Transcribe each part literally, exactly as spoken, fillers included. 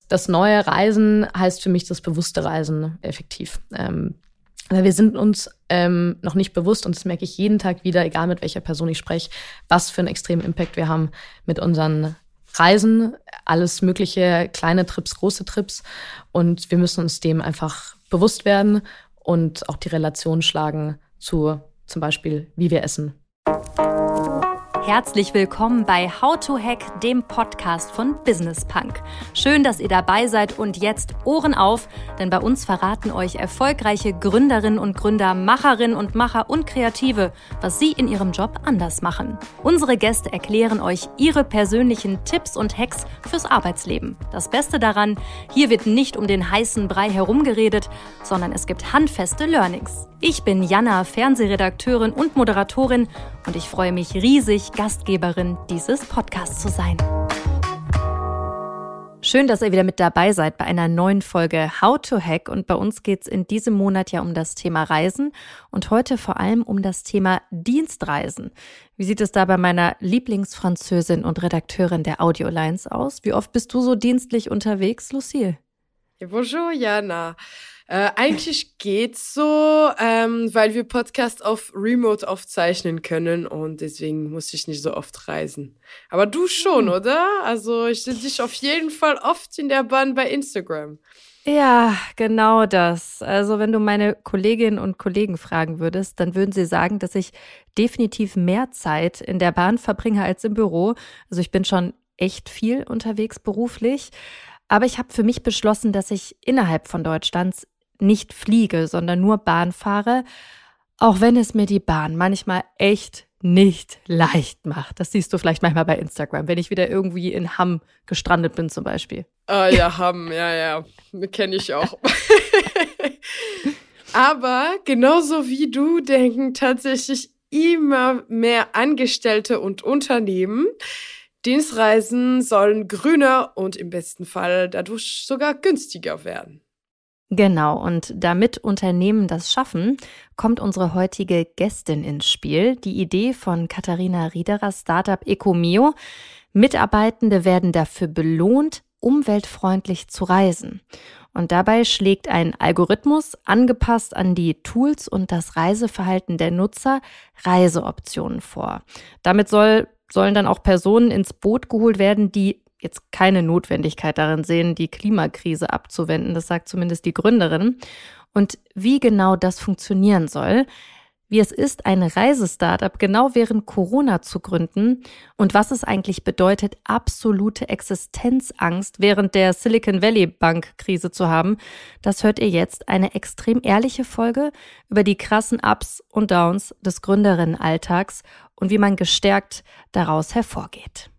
Das neue Reisen heißt für mich das bewusste Reisen effektiv. Ähm, weil wir sind uns ähm, noch nicht bewusst, und das merke ich jeden Tag wieder, egal mit welcher Person ich spreche, was für einen extremen Impact wir haben mit unseren Reisen, alles mögliche, kleine Trips, große Trips. Und wir müssen uns dem einfach bewusst werden und auch die Relation schlagen zu zum Beispiel, wie wir essen. Herzlich willkommen bei How to Hack, dem Podcast von Business Punk. Schön, dass ihr dabei seid und jetzt Ohren auf, denn bei uns verraten euch erfolgreiche Gründerinnen und Gründer, Macherinnen und Macher und Kreative, was sie in ihrem Job anders machen. Unsere Gäste erklären euch ihre persönlichen Tipps und Hacks fürs Arbeitsleben. Das Beste daran, hier wird nicht um den heißen Brei herumgeredet, sondern es gibt handfeste Learnings. Ich bin Jana, Fernsehredakteurin und Moderatorin und ich freue mich riesig, Gastgeberin dieses Podcasts zu sein. Schön, dass ihr wieder mit dabei seid bei einer neuen Folge How to Hack. Und bei uns geht es in diesem Monat ja um das Thema Reisen und heute vor allem um das Thema Dienstreisen. Wie sieht es da bei meiner Lieblingsfranzösin und Redakteurin der Audiolines aus? Wie oft bist du so dienstlich unterwegs, Lucille? Ja, bonjour, Jana. Äh, eigentlich geht's so, ähm, weil wir Podcast auf Remote aufzeichnen können und deswegen muss ich nicht so oft reisen. Aber du schon, oder? Also ich sehe dich auf jeden Fall oft in der Bahn bei Instagram. Ja, genau das. Also wenn du meine Kolleginnen und Kollegen fragen würdest, dann würden sie sagen, dass ich definitiv mehr Zeit in der Bahn verbringe als im Büro. Also ich bin schon echt viel unterwegs beruflich. Aber ich habe für mich beschlossen, dass ich innerhalb von Deutschlands nicht fliege, sondern nur Bahn fahre, auch wenn es mir die Bahn manchmal echt nicht leicht macht. Das siehst du vielleicht manchmal bei Instagram, wenn ich wieder irgendwie in Hamm gestrandet bin zum Beispiel. Ah ja, Hamm, ja, ja, kenne ich auch. Aber genauso wie du denken tatsächlich immer mehr Angestellte und Unternehmen, Dienstreisen sollen grüner und im besten Fall dadurch sogar günstiger werden. Genau, und damit Unternehmen das schaffen, kommt unsere heutige Gästin ins Spiel. Die Idee von Katharina Riederers Startup Ecomio. Mitarbeitende werden dafür belohnt, umweltfreundlich zu reisen. Und dabei schlägt ein Algorithmus, angepasst an die Tools und das Reiseverhalten der Nutzer, Reiseoptionen vor. Damit soll, sollen dann auch Personen ins Boot geholt werden, die jetzt keine Notwendigkeit darin sehen, die Klimakrise abzuwenden. Das sagt zumindest die Gründerin. Und wie genau das funktionieren soll, wie es ist, ein Reisestartup genau während Corona zu gründen und was es eigentlich bedeutet, absolute Existenzangst während der Silicon Valley Bank-Krise zu haben, das hört ihr jetzt. Eine extrem ehrliche Folge über die krassen Ups und Downs des Gründerinnenalltags und wie man gestärkt daraus hervorgeht.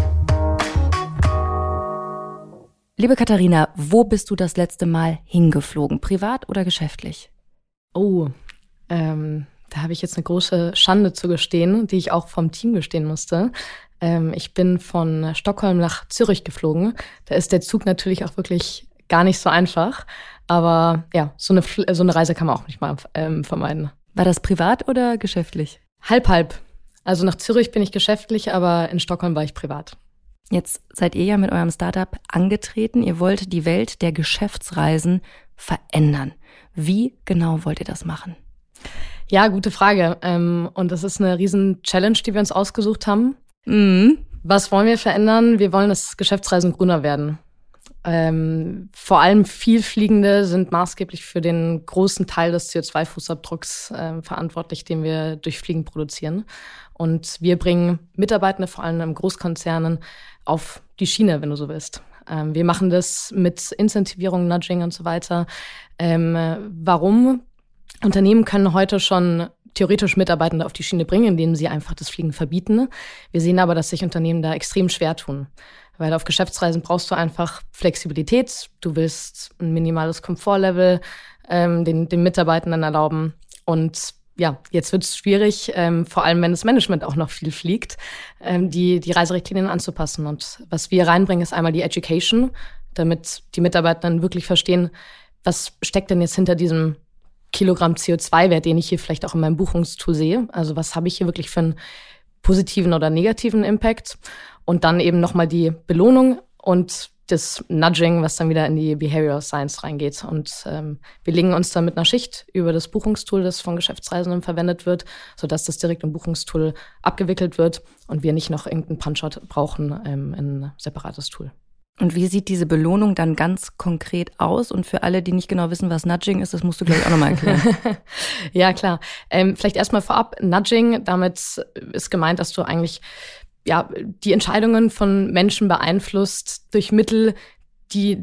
Liebe Katharina, wo bist du das letzte Mal hingeflogen? Privat oder geschäftlich? Oh, ähm, da habe ich jetzt eine große Schande zu gestehen, die ich auch vom Team gestehen musste. Ähm, ich bin von Stockholm nach Zürich geflogen. Da ist der Zug natürlich auch wirklich gar nicht so einfach. Aber ja, so eine, so eine Reise kann man auch nicht mal ähm, vermeiden. War das privat oder geschäftlich? Halb, halb. Also nach Zürich bin ich geschäftlich, aber in Stockholm war ich privat. Jetzt seid ihr ja mit eurem Startup angetreten. Ihr wollt die Welt der Geschäftsreisen verändern. Wie genau wollt ihr das machen? Ja, gute Frage. Und das ist eine riesen Challenge, die wir uns ausgesucht haben. Mhm. Was wollen wir verändern? Wir wollen, dass Geschäftsreisen grüner werden. Ähm, vor allem Vielfliegende sind maßgeblich für den großen Teil des C O zwei Fußabdrucks äh, verantwortlich, den wir durch Fliegen produzieren. Und wir bringen Mitarbeitende, vor allem in Großkonzernen, auf die Schiene, wenn du so willst. Ähm, wir machen das mit Incentivierung, Nudging und so weiter. Ähm, warum? Unternehmen können heute schon theoretisch Mitarbeitende auf die Schiene bringen, indem sie einfach das Fliegen verbieten. Wir sehen aber, dass sich Unternehmen da extrem schwer tun. Weil auf Geschäftsreisen brauchst du einfach Flexibilität. Du willst ein minimales Komfortlevel ähm, den, den Mitarbeitenden erlauben. Und ja, jetzt wird es schwierig, ähm, vor allem wenn das Management auch noch viel fliegt, ähm, die, die Reiserichtlinien anzupassen. Und was wir reinbringen, ist einmal die Education, damit die Mitarbeitenden wirklich verstehen, was steckt denn jetzt hinter diesem Kilogramm C O zwei Wert, den ich hier vielleicht auch in meinem Buchungstool sehe. Also was habe ich hier wirklich für einen positiven oder negativen Impact? Und dann eben nochmal die Belohnung und das Nudging, was dann wieder in die Behavioral Science reingeht. Und ähm, wir legen uns dann mit einer Schicht über das Buchungstool, das von Geschäftsreisenden verwendet wird, sodass das direkt im Buchungstool abgewickelt wird und wir nicht noch irgendeinen Punch-Out brauchen, ähm, ein separates Tool. Und wie sieht diese Belohnung dann ganz konkret aus? Und für alle, die nicht genau wissen, was Nudging ist, das musst du gleich auch nochmal erklären. Ja, klar. Ähm, vielleicht erstmal vorab, Nudging, damit ist gemeint, dass du eigentlich ja die Entscheidungen von Menschen beeinflusst durch Mittel, die,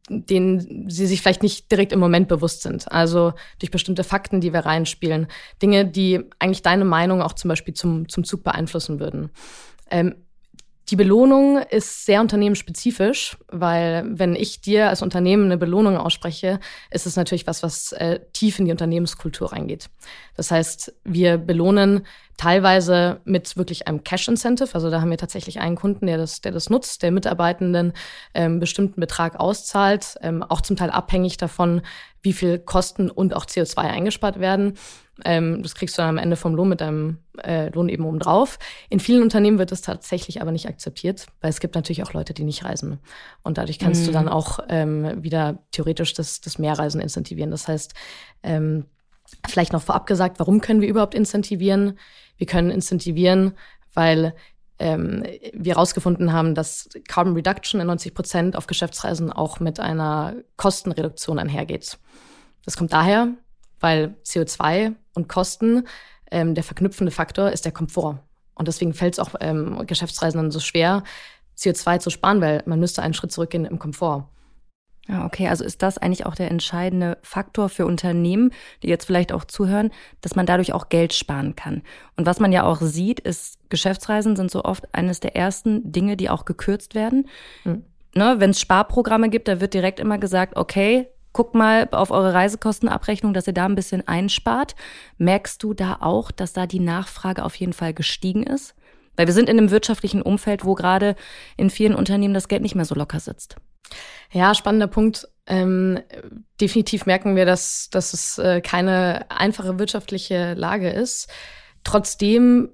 denen sie sich vielleicht nicht direkt im Moment bewusst sind. Also durch bestimmte Fakten, die wir reinspielen. Dinge, die eigentlich deine Meinung auch zum Beispiel zum, zum Zug beeinflussen würden. Ähm, Die Belohnung ist sehr unternehmensspezifisch, weil wenn ich dir als Unternehmen eine Belohnung ausspreche, ist es natürlich was, was äh, tief in die Unternehmenskultur reingeht. Das heißt, wir belohnen teilweise mit wirklich einem Cash-Incentive. Also da haben wir tatsächlich einen Kunden, der das, der das nutzt, der Mitarbeitenden ähm, bestimmten Betrag auszahlt, ähm, auch zum Teil abhängig davon, wie viel Kosten und auch C O zwei eingespart werden. Ähm, das kriegst du dann am Ende vom Lohn mit deinem äh, Lohn eben oben drauf. In vielen Unternehmen wird das tatsächlich aber nicht akzeptiert, weil es gibt natürlich auch Leute, die nicht reisen. Und dadurch kannst mhm. du dann auch ähm, wieder theoretisch das, das Mehrreisen incentivieren. Das heißt, ähm, vielleicht noch vorab gesagt, warum können wir überhaupt incentivieren? Wir können incentivieren, weil ähm, wir herausgefunden haben, dass Carbon Reduction in neunzig Prozent auf Geschäftsreisen auch mit einer Kostenreduktion einhergeht. Das kommt daher, weil C O zwei und Kosten, ähm, der verknüpfende Faktor ist der Komfort. Und deswegen fällt es auch ähm, Geschäftsreisenden so schwer, C O zwei zu sparen, weil man müsste einen Schritt zurückgehen im Komfort. Ja, okay, also ist das eigentlich auch der entscheidende Faktor für Unternehmen, die jetzt vielleicht auch zuhören, dass man dadurch auch Geld sparen kann. Und was man ja auch sieht, ist, Geschäftsreisen sind so oft eines der ersten Dinge, die auch gekürzt werden. Mhm. Ne, wenn es Sparprogramme gibt, da wird direkt immer gesagt, okay, guckt mal auf eure Reisekostenabrechnung, dass ihr da ein bisschen einspart. Merkst du da auch, dass da die Nachfrage auf jeden Fall gestiegen ist? Weil wir sind in einem wirtschaftlichen Umfeld, wo gerade in vielen Unternehmen das Geld nicht mehr so locker sitzt. Ja, spannender Punkt. Ähm, definitiv merken wir, dass, dass es äh, keine einfache wirtschaftliche Lage ist. Trotzdem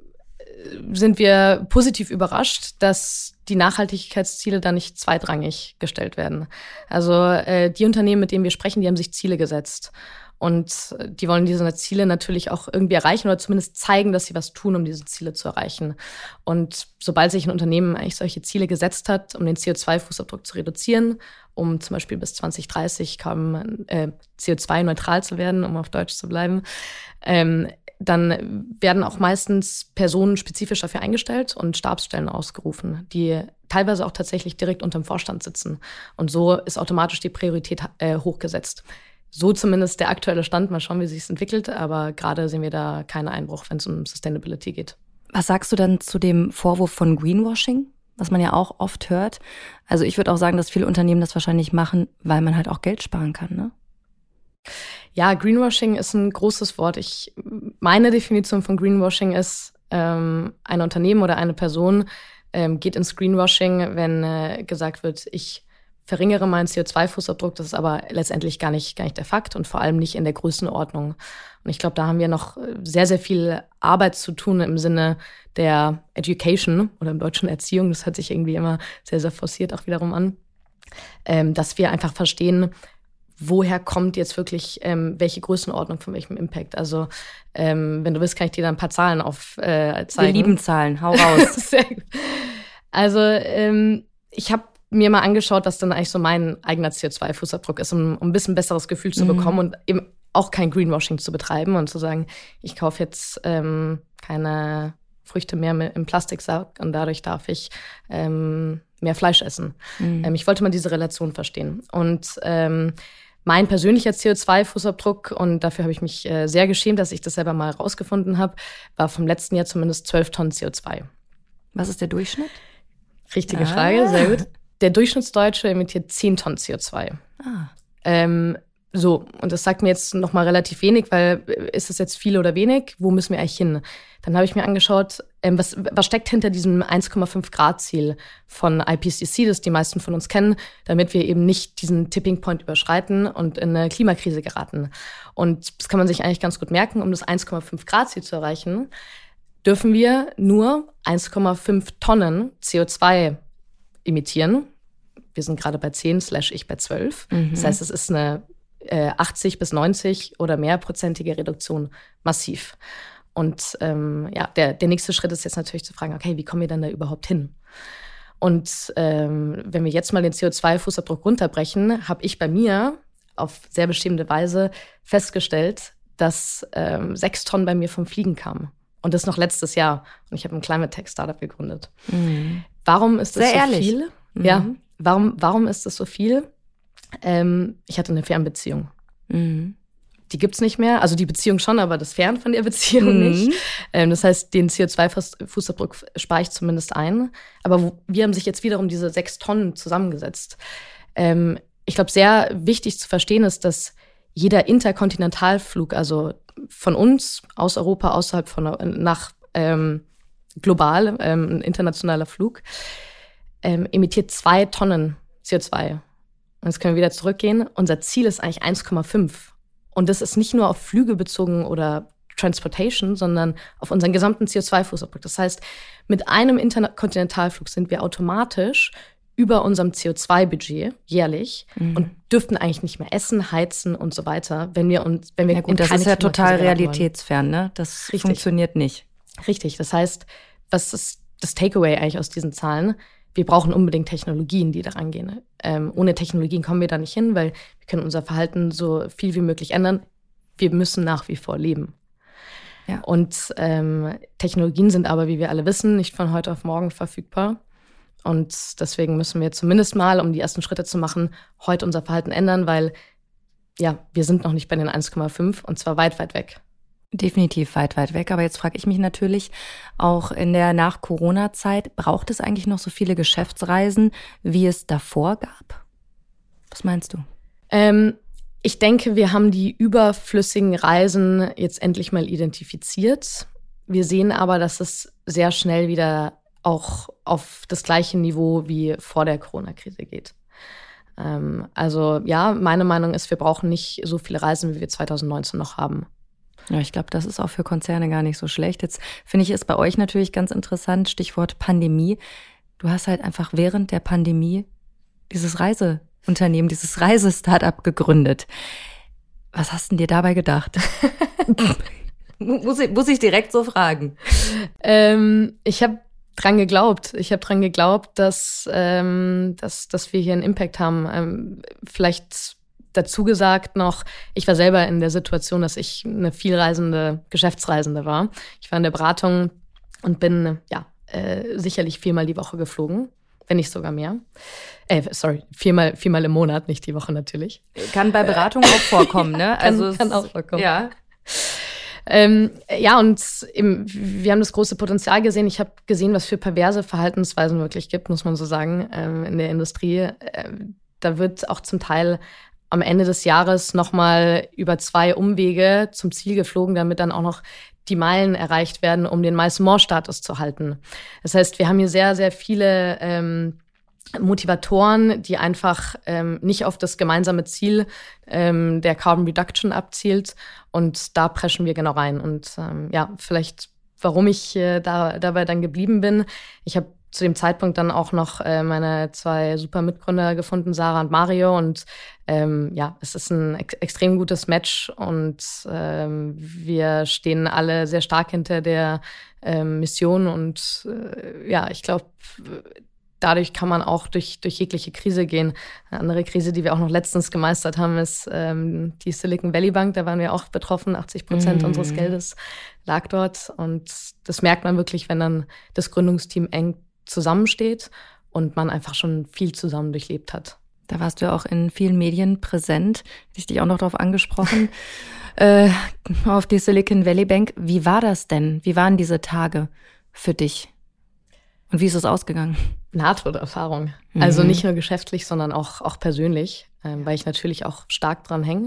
sind wir positiv überrascht, dass die Nachhaltigkeitsziele da nicht zweitrangig gestellt werden. Also äh, die Unternehmen, mit denen wir sprechen, die haben sich Ziele gesetzt. Und die wollen diese Ziele natürlich auch irgendwie erreichen oder zumindest zeigen, dass sie was tun, um diese Ziele zu erreichen. Und sobald sich ein Unternehmen eigentlich solche Ziele gesetzt hat, um den C O zwei Fußabdruck zu reduzieren, um zum Beispiel bis zwanzig dreißig kaum äh, C O zwei neutral zu werden, um auf Deutsch zu bleiben, ähm, dann werden auch meistens Personen spezifisch dafür eingestellt und Stabsstellen ausgerufen, die teilweise auch tatsächlich direkt unterm Vorstand sitzen. Und so ist automatisch die Priorität äh, hochgesetzt. So zumindest der aktuelle Stand. Mal schauen, wie sich es entwickelt. Aber gerade sehen wir da keinen Einbruch, wenn es um Sustainability geht. Was sagst du dann zu dem Vorwurf von Greenwashing, was man ja auch oft hört? Also ich würde auch sagen, dass viele Unternehmen das wahrscheinlich machen, weil man halt auch Geld sparen kann, ne? Ja, Greenwashing ist ein großes Wort. Ich, meine Definition von Greenwashing ist, ähm, ein Unternehmen oder eine Person ähm, geht ins Greenwashing, wenn äh, gesagt wird, ich verringere meinen C O zwei Fußabdruck. Das ist aber letztendlich gar nicht, gar nicht der Fakt und vor allem nicht in der Größenordnung. Und ich glaube, da haben wir noch sehr, sehr viel Arbeit zu tun im Sinne der Education oder im Deutschen Erziehung. Das hört sich irgendwie immer sehr, sehr forciert auch wiederum an. Ähm, dass wir einfach verstehen, woher kommt jetzt wirklich ähm, welche Größenordnung von welchem Impact. Also ähm, wenn du willst, kann ich dir da ein paar Zahlen auf äh, zeigen. Wir lieben Zahlen, hau raus. Sehr gut. Also ähm, ich habe mir mal angeschaut, was dann eigentlich so mein eigener C O zwei Fußabdruck ist, um, um ein bisschen besseres Gefühl zu mhm. bekommen und eben auch kein Greenwashing zu betreiben und zu sagen, ich kaufe jetzt ähm, keine Früchte mehr im Plastiksack und dadurch darf ich ähm, mehr Fleisch essen. Mhm. Ähm, ich wollte mal diese Relation verstehen. Und ähm, mein persönlicher C O zwei Fußabdruck, und dafür habe ich mich äh, sehr geschämt, dass ich das selber mal rausgefunden habe, war vom letzten Jahr zumindest zwölf Tonnen C O zwei. Was ist der Durchschnitt? Richtige ah. Frage, sehr gut. Der Durchschnittsdeutsche emittiert zehn Tonnen C O zwei. Ah. Ähm, so, und das sagt mir jetzt noch mal relativ wenig, weil ist es jetzt viel oder wenig? Wo müssen wir eigentlich hin? Dann habe ich mir angeschaut, ähm, was, was steckt hinter diesem eins Komma fünf Grad Ziel von I P C C, das die meisten von uns kennen, damit wir eben nicht diesen Tipping Point überschreiten und in eine Klimakrise geraten. Und das kann man sich eigentlich ganz gut merken, um das eins Komma fünf Grad Ziel zu erreichen, dürfen wir nur eins Komma fünf Tonnen C O zwei emittieren. wir sind gerade bei zehn, slash ich bei zwölf. Mhm. Das heißt, es ist eine äh, achtzig bis neunzig oder mehr prozentige Reduktion massiv. Und ähm, ja, der, der nächste Schritt ist jetzt natürlich zu fragen, okay, wie kommen wir denn da überhaupt hin? Und ähm, wenn wir jetzt mal den C O zwei Fußabdruck runterbrechen, habe ich bei mir auf sehr bestimmte Weise festgestellt, dass ähm, sechs Tonnen bei mir vom Fliegen kamen. Und das noch letztes Jahr. Und ich habe ein Climate Tech Startup gegründet. Mhm. Warum ist das sehr so ehrlich. viel? Mhm. Ja, warum, warum ist das so viel? Ähm, ich hatte eine Fernbeziehung. Mhm. Die gibt's nicht mehr. Also die Beziehung schon, aber das Fern von der Beziehung mhm. nicht. Ähm, das heißt, den C O zwei Fußabdruck spare ich zumindest ein. Aber wo, wir haben sich jetzt wiederum diese sechs Tonnen zusammengesetzt. Ähm, ich glaube, sehr wichtig zu verstehen ist, dass jeder Interkontinentalflug, also von uns aus Europa, außerhalb von nach ähm, global, ähm, ein internationaler Flug, ähm, emittiert zwei Tonnen C O zwei. Und jetzt können wir wieder zurückgehen. Unser Ziel ist eigentlich eins Komma fünf. Und das ist nicht nur auf Flüge bezogen oder Transportation, sondern auf unseren gesamten C O zwei Fußabdruck. Das heißt, mit einem Interkontinentalflug sind wir automatisch über unserem C O zwei Budget jährlich mhm. und dürften eigentlich nicht mehr essen, heizen und so weiter, wenn wir uns, wenn wir ja gut, das ist ja total realitätsfern, ne? Das Richtig. Funktioniert nicht. Richtig. Das heißt, was ist das Takeaway eigentlich aus diesen Zahlen? Wir brauchen unbedingt Technologien, die da rangehen. Ähm, ohne Technologien kommen wir da nicht hin, weil wir können unser Verhalten so viel wie möglich ändern. Wir müssen nach wie vor leben. Ja. Und ähm, Technologien sind aber, wie wir alle wissen, nicht von heute auf morgen verfügbar. Und deswegen müssen wir zumindest mal, um die ersten Schritte zu machen, heute unser Verhalten ändern, weil ja, wir sind noch nicht bei den eins Komma fünf und zwar weit, weit weg. Definitiv weit, weit weg. Aber jetzt frage ich mich natürlich, auch in der Nach-Corona-Zeit, braucht es eigentlich noch so viele Geschäftsreisen, wie es davor gab? Was meinst du? Ähm, ich denke, wir haben die überflüssigen Reisen jetzt endlich mal identifiziert. Wir sehen aber, dass es sehr schnell wieder auch auf das gleiche Niveau wie vor der Corona-Krise geht. Ähm, also ja, meine Meinung ist, wir brauchen nicht so viele Reisen, wie wir zwanzig neunzehn noch haben. Ja, ich glaube, das ist auch für Konzerne gar nicht so schlecht. Jetzt finde ich es bei euch natürlich ganz interessant, Stichwort Pandemie. Du hast halt einfach während der Pandemie dieses Reiseunternehmen, dieses Reise-Startup gegründet. Was hast du dir dabei gedacht? muss, ich, muss ich direkt so fragen. Ähm, ich habe dran geglaubt. Ich habe dran geglaubt, dass, ähm, dass, dass wir hier einen Impact haben. Ähm, vielleicht dazu gesagt noch, ich war selber in der Situation, dass ich eine vielreisende Geschäftsreisende war. Ich war in der Beratung und bin ja äh, sicherlich viermal die Woche geflogen, wenn nicht sogar mehr. Äh, sorry, viermal, viermal im Monat, nicht die Woche natürlich. Kann bei Beratung auch vorkommen, ne? Also kann, kann auch vorkommen. Ja. Ähm, ja, und im, wir haben das große Potenzial gesehen. Ich habe gesehen, was für perverse Verhaltensweisen wirklich gibt, muss man so sagen, ähm, in der Industrie. Äh, da wird auch zum Teil am Ende des Jahres nochmal über zwei Umwege zum Ziel geflogen, damit dann auch noch die Meilen erreicht werden, um den Miles-More-Status zu halten. Das heißt, wir haben hier sehr, sehr viele ähm, Motivatoren, die einfach ähm, nicht auf das gemeinsame Ziel ähm, der Carbon Reduction abzielt. Und da preschen wir genau rein. Und ähm, ja, vielleicht, warum ich äh, da, dabei dann geblieben bin. Ich habe zu dem Zeitpunkt dann auch noch äh, meine zwei super Mitgründer gefunden, Sarah und Mario. Und ähm, ja, es ist ein ex- extrem gutes Match. Und ähm, wir stehen alle sehr stark hinter der ähm, Mission. Und äh, ja, ich glaube, dadurch kann man auch durch, durch jegliche Krise gehen. Eine andere Krise, die wir auch noch letztens gemeistert haben, ist ähm, die Silicon Valley Bank. Da waren wir auch betroffen. achtzig Prozent mm. unseres Geldes lag dort. Und das merkt man wirklich, wenn dann das Gründungsteam eng zusammensteht und man einfach schon viel zusammen durchlebt hat. Da warst du ja auch in vielen Medien präsent. Hätte ich dich auch noch darauf angesprochen. äh, auf die Silicon Valley Bank. Wie war das denn? Wie waren diese Tage für dich? Und wie ist es ausgegangen? Nahtoderfahrung. Mhm. Also nicht nur geschäftlich, sondern auch, auch persönlich, ähm, weil ich natürlich auch stark dran hänge.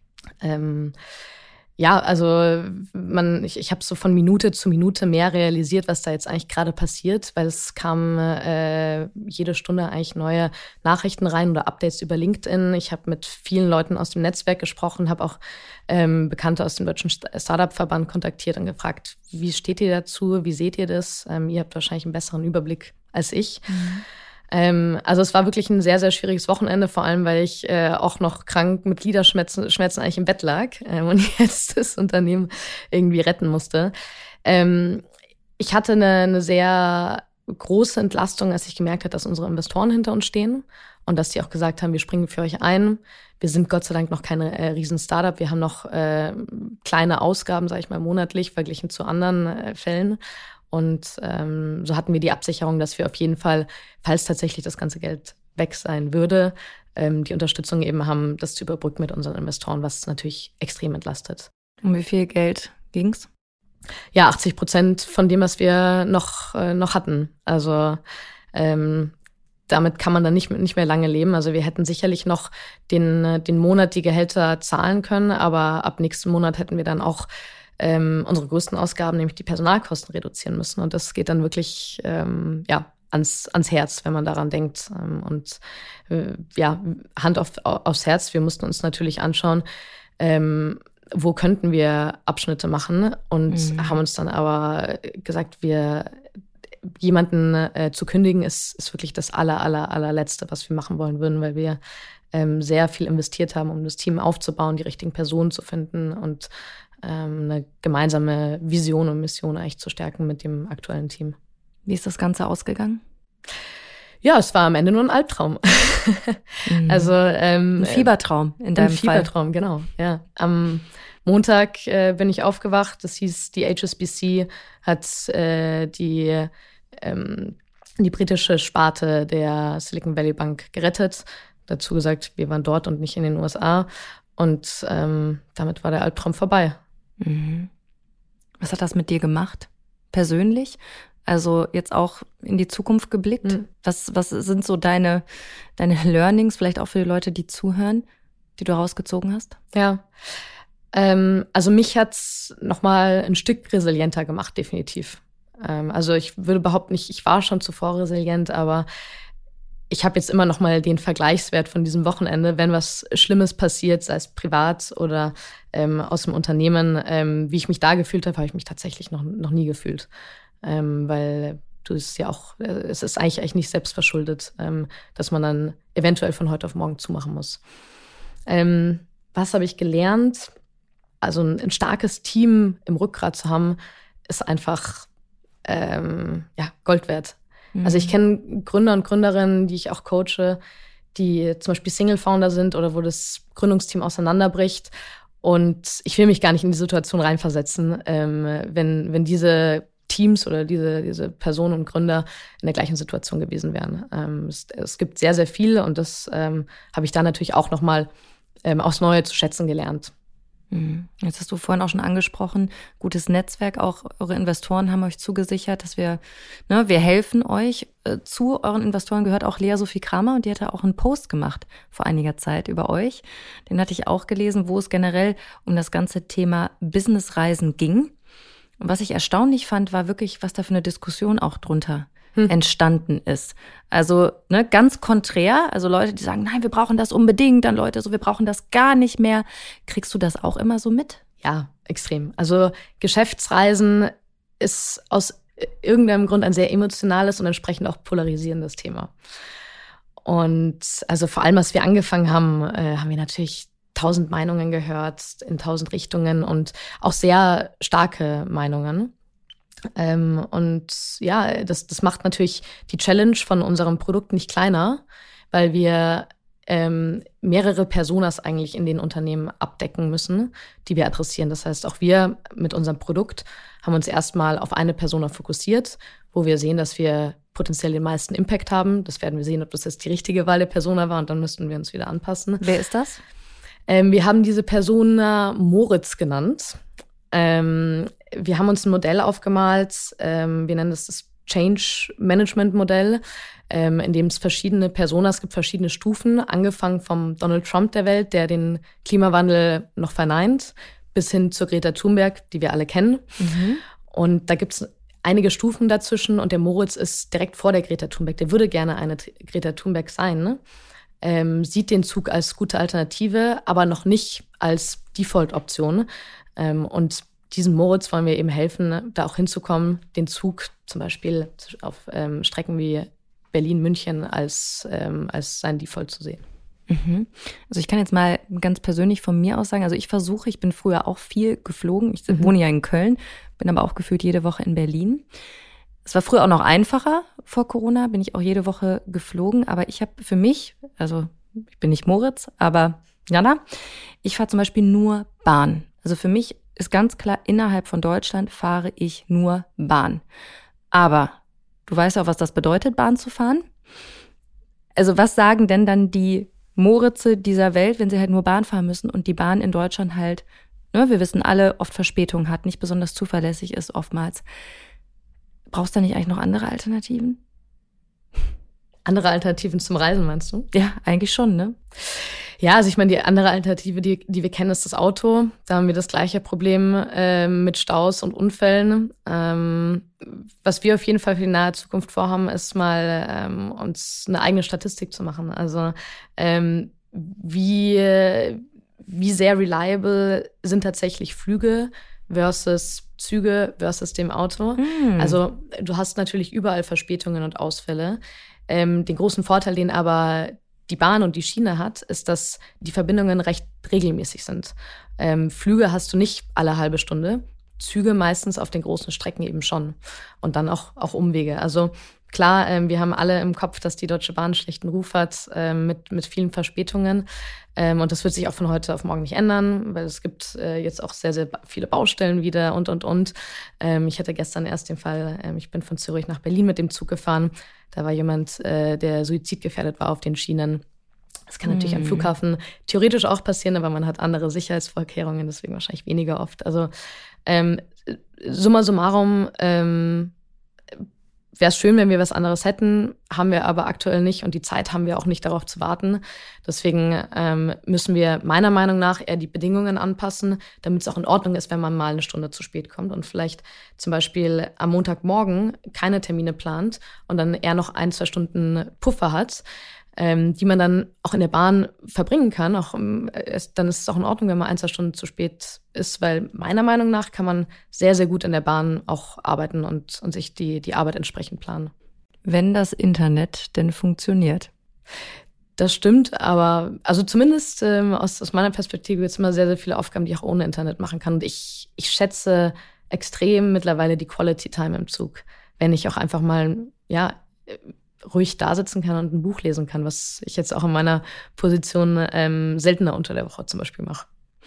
Ähm, ja, also man, ich, ich habe so von Minute zu Minute mehr realisiert, was da jetzt eigentlich gerade passiert, weil es kam äh, jede Stunde eigentlich neue Nachrichten rein oder Updates über LinkedIn. Ich habe mit vielen Leuten aus dem Netzwerk gesprochen, habe auch ähm, Bekannte aus dem Deutschen Startup-Verband kontaktiert und gefragt, wie steht ihr dazu, wie seht ihr das? Ähm, ihr habt wahrscheinlich einen besseren Überblick als ich. Mhm. Ähm, also es war wirklich ein sehr, sehr schwieriges Wochenende, vor allem, weil ich äh, auch noch krank mit Gliederschmerzen Schmerzen eigentlich im Bett lag ähm, und jetzt das Unternehmen irgendwie retten musste. Ähm, ich hatte eine, eine sehr große Entlastung, als ich gemerkt habe, dass unsere Investoren hinter uns stehen und dass die auch gesagt haben, wir springen für euch ein. Wir sind Gott sei Dank noch keine äh, riesen Startup. Wir haben noch äh, kleine Ausgaben, sage ich mal, monatlich verglichen zu anderen äh, Fällen. Und ähm, so hatten wir die Absicherung, dass wir auf jeden Fall, falls tatsächlich das ganze Geld weg sein würde, ähm, die Unterstützung eben haben, das zu überbrücken mit unseren Investoren, was natürlich extrem entlastet. Um wie viel Geld ging's? Ja, achtzig Prozent von dem, was wir noch äh, noch hatten. Also ähm, damit kann man dann nicht, nicht mehr lange leben. Also wir hätten sicherlich noch den, den Monat die Gehälter zahlen können, aber ab nächsten Monat hätten wir dann auch ähm, unsere größten Ausgaben, nämlich die Personalkosten, reduzieren müssen. Und das geht dann wirklich ähm, ja ans, ans Herz, wenn man daran denkt. Ähm, und äh, ja, Hand auf, aufs Herz, wir mussten uns natürlich anschauen, ähm, wo könnten wir Abschnitte machen und mhm. haben uns dann aber gesagt, wir jemanden äh, zu kündigen ist, ist wirklich das aller, aller, allerletzte, was wir machen wollen würden, weil wir ähm, sehr viel investiert haben, um das Team aufzubauen, die richtigen Personen zu finden und ähm, eine gemeinsame Vision und Mission eigentlich zu stärken mit dem aktuellen Team. Wie ist das Ganze ausgegangen? Ja, es war am Ende nur ein Albtraum. Mhm. Also ähm, ein Fiebertraum in deinem ein Fall. Ein Fiebertraum, genau. Ja, am Montag äh, bin ich aufgewacht. Das hieß, die H S B C hat äh, die ähm, die britische Sparte der Silicon Valley Bank gerettet. Dazu gesagt, wir waren dort und nicht in den U S A. Und ähm, damit war der Albtraum vorbei. Mhm. Was hat das mit dir gemacht? Persönlich? Also jetzt auch in die Zukunft geblickt. Mhm. Was, was sind so deine, deine Learnings, vielleicht auch für die Leute, die zuhören, die du rausgezogen hast? Ja, ähm, also mich hat's noch mal ein Stück resilienter gemacht, definitiv. Ähm, also ich würde behaupten, ich, ich war schon zuvor resilient, aber ich habe jetzt immer noch mal den Vergleichswert von diesem Wochenende, wenn was Schlimmes passiert, sei es privat oder ähm, aus dem Unternehmen, ähm, wie ich mich da gefühlt habe, habe ich mich tatsächlich noch, noch nie gefühlt. Ähm, weil du es ja auch, es ist eigentlich, eigentlich nicht selbstverschuldet, ähm, dass man dann eventuell von heute auf morgen zumachen muss. Ähm, was habe ich gelernt? Also ein, ein starkes Team im Rückgrat zu haben, ist einfach ähm, ja, Gold wert. Mhm. Also ich kenne Gründer und Gründerinnen, die ich auch coache, die zum Beispiel Single-Founder sind oder wo das Gründungsteam auseinanderbricht. Und ich will mich gar nicht in die Situation reinversetzen, ähm, wenn, wenn diese Teams oder diese, diese Personen und Gründer in der gleichen Situation gewesen wären. Ähm, es, es gibt sehr, sehr viel und das ähm, habe ich da natürlich auch nochmal ähm, aufs Neue zu schätzen gelernt. Jetzt hast du vorhin auch schon angesprochen, gutes Netzwerk, auch eure Investoren haben euch zugesichert, dass wir, ne, wir helfen euch. Zu euren Investoren gehört auch Lea Sophie Kramer und die hatte auch einen Post gemacht vor einiger Zeit über euch. Den hatte ich auch gelesen, wo es generell um das ganze Thema Businessreisen ging. Und was ich erstaunlich fand, war wirklich, was da für eine Diskussion auch drunter hm. entstanden ist. Also ne, ganz konträr, also Leute, die sagen, nein, wir brauchen das unbedingt, dann Leute, so wir brauchen das gar nicht mehr. Kriegst du das auch immer so mit? Ja, extrem. Also Geschäftsreisen ist aus irgendeinem Grund ein sehr emotionales und entsprechend auch polarisierendes Thema. Und also vor allem, als wir angefangen haben, äh, haben wir natürlich tausend Meinungen gehört in tausend Richtungen und auch sehr starke Meinungen. Ähm, und ja, das, das macht natürlich die Challenge von unserem Produkt nicht kleiner, weil wir ähm, mehrere Personas eigentlich in den Unternehmen abdecken müssen, die wir adressieren. Das heißt, auch wir mit unserem Produkt haben uns erstmal auf eine Persona fokussiert, wo wir sehen, dass wir potenziell den meisten Impact haben. Das werden wir sehen, ob das jetzt die richtige Wahl der Persona war und dann müssten wir uns wieder anpassen. Wer ist das? Ähm, wir haben diese Persona Moritz genannt. Ähm, wir haben uns ein Modell aufgemalt, ähm, wir nennen das das Change Management Modell, ähm, in dem es verschiedene Personas gibt, verschiedene Stufen, angefangen vom Donald Trump der Welt, der den Klimawandel noch verneint, bis hin zur Greta Thunberg, die wir alle kennen. Mhm. Und da gibt es einige Stufen dazwischen und der Moritz ist direkt vor der Greta Thunberg. Der würde gerne eine Greta Thunberg sein, ne? Ähm, sieht den Zug als gute Alternative, aber noch nicht als Default-Option. Ähm, und diesem Moritz wollen wir eben helfen, da auch hinzukommen, den Zug zum Beispiel auf ähm, Strecken wie Berlin, München als, ähm, als sein Default zu sehen. Mhm. Also ich kann jetzt mal ganz persönlich von mir aus sagen, also ich versuche, ich bin früher auch viel geflogen. Ich mhm. wohne ja in Köln, bin aber auch gefühlt jede Woche in Berlin. Es war früher auch noch einfacher, vor Corona bin ich auch jede Woche geflogen, aber ich habe für mich, also ich bin nicht Moritz, aber Jana, ich fahre zum Beispiel nur Bahn. Also für mich ist ganz klar, innerhalb von Deutschland fahre ich nur Bahn. Aber du weißt auch, was das bedeutet, Bahn zu fahren? Also was sagen denn dann die Moritze dieser Welt, wenn sie halt nur Bahn fahren müssen und die Bahn in Deutschland halt, ne, wir wissen alle, oft Verspätung hat, nicht besonders zuverlässig ist oftmals. Brauchst du da nicht eigentlich noch andere Alternativen? Andere Alternativen zum Reisen, meinst du? Ja, eigentlich schon, ne? Ja, also ich meine, die andere Alternative, die, die wir kennen, ist das Auto. Da haben wir das gleiche Problem äh, mit Staus und Unfällen. Ähm, was wir auf jeden Fall für die nahe Zukunft vorhaben, ist mal ähm, uns eine eigene Statistik zu machen. Also ähm, wie, wie sehr reliable sind tatsächlich Flüge versus Züge versus dem Auto. Mm. Also du hast natürlich überall Verspätungen und Ausfälle. Ähm, den großen Vorteil, den aber die Bahn und die Schiene hat, ist, dass die Verbindungen recht regelmäßig sind. Ähm, Flüge hast du nicht alle halbe Stunde, Züge meistens auf den großen Strecken eben schon und dann auch, auch Umwege. Also klar, ähm, wir haben alle im Kopf, dass die Deutsche Bahn einen schlechten Ruf hat ähm, mit, mit vielen Verspätungen ähm, und das wird sich auch von heute auf morgen nicht ändern, weil es gibt äh, jetzt auch sehr, sehr viele Baustellen wieder und, und, und. Ähm, ich hatte gestern erst den Fall, ähm, ich bin von Zürich nach Berlin mit dem Zug gefahren. Da war jemand, äh, der suizidgefährdet war auf den Schienen. Das kann natürlich mm. am Flughafen theoretisch auch passieren, aber man hat andere Sicherheitsvorkehrungen, deswegen wahrscheinlich weniger oft. Also ähm, summa summarum ähm, wäre es schön, wenn wir was anderes hätten, haben wir aber aktuell nicht und die Zeit haben wir auch nicht, darauf zu warten. Deswegen ähm, müssen wir meiner Meinung nach eher die Bedingungen anpassen, damit es auch in Ordnung ist, wenn man mal eine Stunde zu spät kommt und vielleicht zum Beispiel am Montagmorgen keine Termine plant und dann eher noch ein, zwei Stunden Puffer hat, ähm, die man dann auch in der Bahn verbringen kann. Auch, ähm, es, dann ist es auch in Ordnung, wenn man ein, zwei Stunden zu spät ist, weil meiner Meinung nach kann man sehr, sehr gut in der Bahn auch arbeiten und, und sich die, die Arbeit entsprechend planen. Wenn das Internet denn funktioniert. Das stimmt, aber also zumindest ähm, aus, aus meiner Perspektive gibt es immer sehr, sehr viele Aufgaben, die ich auch ohne Internet machen kann. Und ich, ich schätze extrem mittlerweile die Quality Time im Zug, wenn ich auch einfach mal, ja, ruhig da sitzen kann und ein Buch lesen kann, was ich jetzt auch in meiner Position ähm, seltener unter der Woche zum Beispiel mache.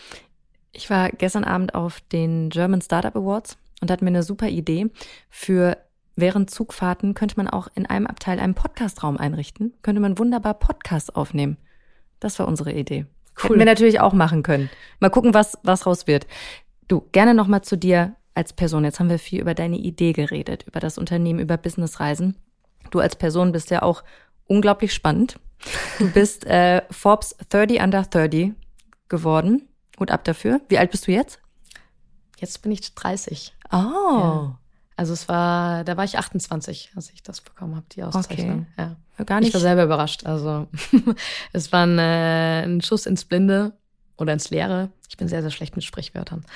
Ich war gestern Abend auf den German Startup Awards und hatten mir eine super Idee. Für während Zugfahrten könnte man auch in einem Abteil einen Podcastraum einrichten. Könnte man wunderbar Podcasts aufnehmen. Das war unsere Idee. Cool. Hätten wir natürlich auch machen können. Mal gucken, was, was raus wird. Du, gerne noch mal zu dir als Person. Jetzt haben wir viel über deine Idee geredet, über das Unternehmen, über Businessreisen. Du als Person bist ja auch unglaublich spannend. Du bist äh, Forbes dreißig under dreißig geworden. Gut ab dafür. Wie alt bist du jetzt? Jetzt bin ich dreißig. Oh. Ja. Also es war, da war ich achtundzwanzig, als ich das bekommen habe, die Auszeichnung. Okay. Ja. Gar nicht. Ich war selber überrascht. Also es war ein, äh, ein Schuss ins Blinde oder ins Leere. Ich bin sehr, sehr schlecht mit Sprichwörtern.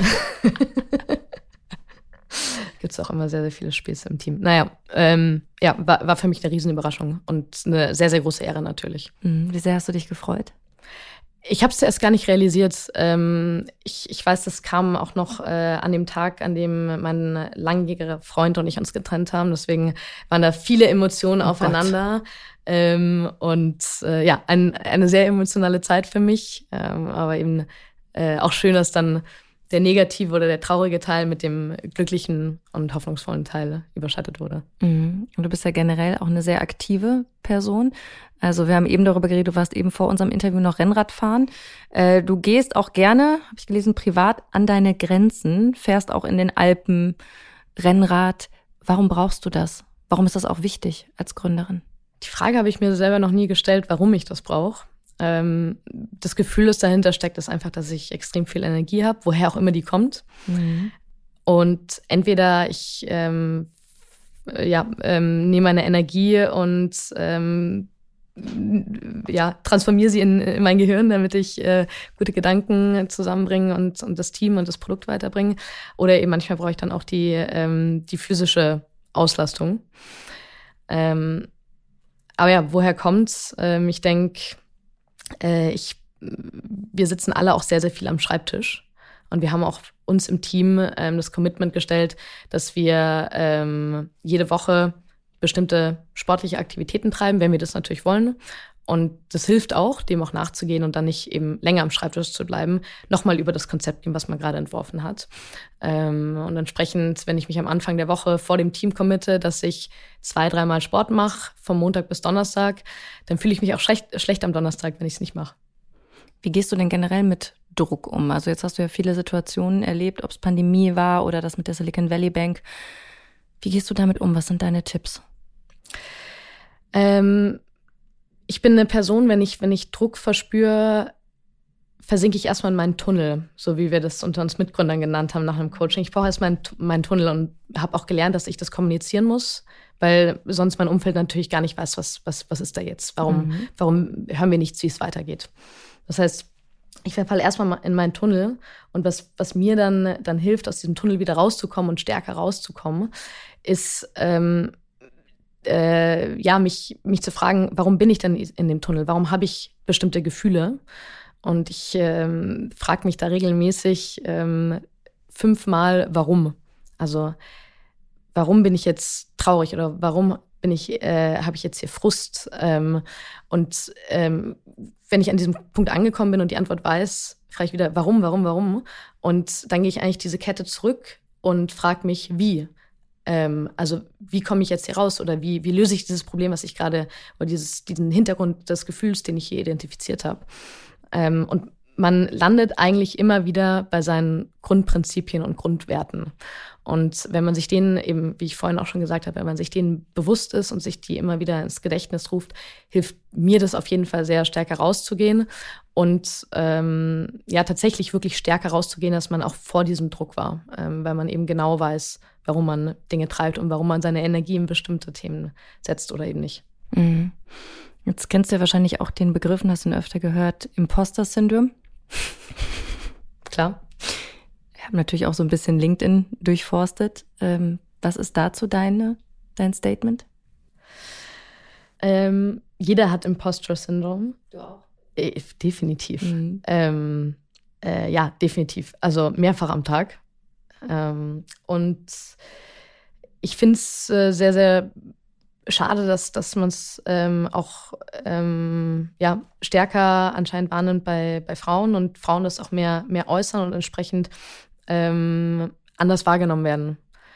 Gibt es auch immer sehr, sehr viele Späße im Team. Naja, ähm, ja, war, war für mich eine Riesenüberraschung und eine sehr, sehr große Ehre natürlich. Mhm. Wie sehr hast du dich gefreut? Ich habe es zuerst gar nicht realisiert. Ähm, ich, ich weiß, das kam auch noch äh, an dem Tag, an dem mein langjähriger Freund und ich uns getrennt haben. Deswegen waren da viele Emotionen oh aufeinander. Ähm, und äh, ja, ein, eine sehr emotionale Zeit für mich. Ähm, aber eben äh, auch schön, dass dann der negative oder der traurige Teil mit dem glücklichen und hoffnungsvollen Teil überschattet wurde. Mhm. Und du bist ja generell auch eine sehr aktive Person. Also wir haben eben darüber geredet, du warst eben vor unserem Interview noch Rennrad fahren. Äh, du gehst auch gerne, habe ich gelesen, privat an deine Grenzen, fährst auch in den Alpen Rennrad. Warum brauchst du das? Warum ist das auch wichtig als Gründerin? Die Frage habe ich mir selber noch nie gestellt, warum ich das brauche. Ähm, das Gefühl, das dahinter steckt, ist einfach, dass ich extrem viel Energie habe, woher auch immer die kommt. Mhm. Und entweder ich ähm, ja, ähm, nehme meine Energie und ähm, ja, transformiere sie in, in mein Gehirn, damit ich äh, gute Gedanken zusammenbringe und, und das Team und das Produkt weiterbringe. Oder eben manchmal brauche ich dann auch die, ähm, die physische Auslastung. Ähm, aber ja, woher kommt's? Ähm, ich denke, äh, ich, wir sitzen alle auch sehr, sehr viel am Schreibtisch. Und wir haben auch uns im Team ähm, das Commitment gestellt, dass wir ähm, jede Woche bestimmte sportliche Aktivitäten treiben, wenn wir das natürlich wollen. Und das hilft auch, dem auch nachzugehen und dann nicht eben länger am Schreibtisch zu bleiben, nochmal über das Konzept gehen, was man gerade entworfen hat. Ähm, und entsprechend, wenn ich mich am Anfang der Woche vor dem Team committe, dass ich zwei, dreimal Sport mache, vom Montag bis Donnerstag, dann fühle ich mich auch schlecht, schlecht am Donnerstag, wenn ich es nicht mache. Wie gehst du denn generell mit Druck um? Also jetzt hast du ja viele Situationen erlebt, ob es Pandemie war oder das mit der Silicon Valley Bank. Wie gehst du damit um? Was sind deine Tipps? Ähm, ich bin eine Person, wenn ich, wenn ich Druck verspüre, versinke ich erstmal in meinen Tunnel, so wie wir das unter uns Mitgründern genannt haben nach einem Coaching. Ich brauche erstmal meinen, meinen Tunnel und habe auch gelernt, dass ich das kommunizieren muss, weil sonst mein Umfeld natürlich gar nicht weiß, was, was, was ist da jetzt? Warum, mhm. warum hören wir nichts, wie es weitergeht? Das heißt, ich verfalle erstmal in meinen Tunnel und was, was mir dann, dann hilft, aus diesem Tunnel wieder rauszukommen und stärker rauszukommen, ist ähm, äh, ja, mich, mich zu fragen, warum bin ich denn in dem Tunnel? Warum habe ich bestimmte Gefühle? Und ich ähm, frage mich da regelmäßig ähm, fünfmal, warum. Also warum bin ich jetzt traurig oder warum bin ich, äh, habe ich jetzt hier Frust? Ähm, und ähm, wenn ich an diesem Punkt angekommen bin und die Antwort weiß, frage ich wieder, warum, warum, warum? Und dann gehe ich eigentlich diese Kette zurück und frage mich, wie? Ähm, also wie komme ich jetzt hier raus oder wie, wie löse ich dieses Problem, was ich gerade, oder dieses, diesen Hintergrund des Gefühls, den ich hier identifiziert habe? Ähm, und man landet eigentlich immer wieder bei seinen Grundprinzipien und Grundwerten. Und wenn man sich denen eben, wie ich vorhin auch schon gesagt habe, wenn man sich denen bewusst ist und sich die immer wieder ins Gedächtnis ruft, hilft mir das auf jeden Fall sehr, stärker rauszugehen und ähm, ja, tatsächlich wirklich stärker rauszugehen, als man auch vor diesem Druck war, ähm, weil man eben genau weiß, warum man Dinge treibt und warum man seine Energie in bestimmte Themen setzt oder eben nicht. Mhm. Jetzt kennst du ja wahrscheinlich auch den Begriff, hast du ihn öfter gehört, Imposter-Syndrom. Klar. Ich habe natürlich auch so ein bisschen LinkedIn durchforstet. Ähm, was ist dazu deine, dein Statement? Ähm, jeder hat Imposter-Syndrom. Du auch? Äh, definitiv. Mhm. Ähm, äh, ja, definitiv. Also mehrfach am Tag. Ähm, und ich finde es äh, sehr, sehr schade, dass, dass man es ähm, auch ähm, ja, stärker anscheinend wahrnimmt bei, bei Frauen und Frauen das auch mehr, mehr äußern und entsprechend ähm, anders wahrgenommen werden.